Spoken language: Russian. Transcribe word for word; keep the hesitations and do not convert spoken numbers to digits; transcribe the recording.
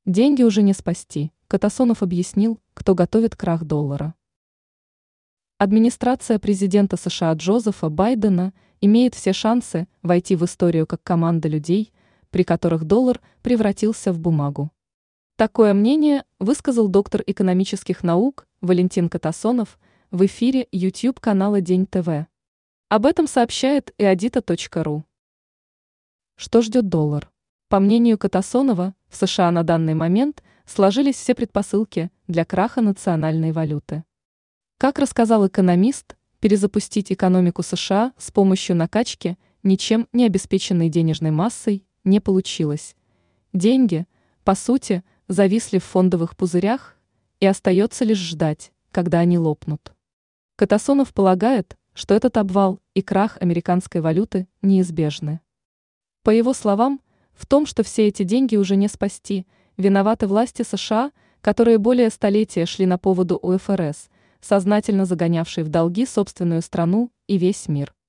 Деньги уже не спасти. Катасонов объяснил, кто готовит крах доллара. Администрация президента США Джозефа Байдена имеет все шансы войти в историю как команда людей, при которых доллар превратился в бумагу. Такое мнение высказал доктор экономических наук Валентин Катасонов в эфире YouTube-канала День ТВ. Об этом сообщает и адита точка ру. Что ждет доллар? По мнению Катасонова, в США на данный момент сложились все предпосылки для краха национальной валюты. Как рассказал экономист, перезапустить экономику США с помощью накачки ничем не обеспеченной денежной массой не получилось. Деньги, по сути, зависли в фондовых пузырях, и остается лишь ждать, когда они лопнут. Катасонов полагает, что этот обвал и крах американской валюты неизбежны. По его словам, в том, что все эти деньги уже не спасти, виноваты власти США, которые более столетия шли на поводу у эф эр эс, сознательно загонявшей в долги собственную страну и весь мир.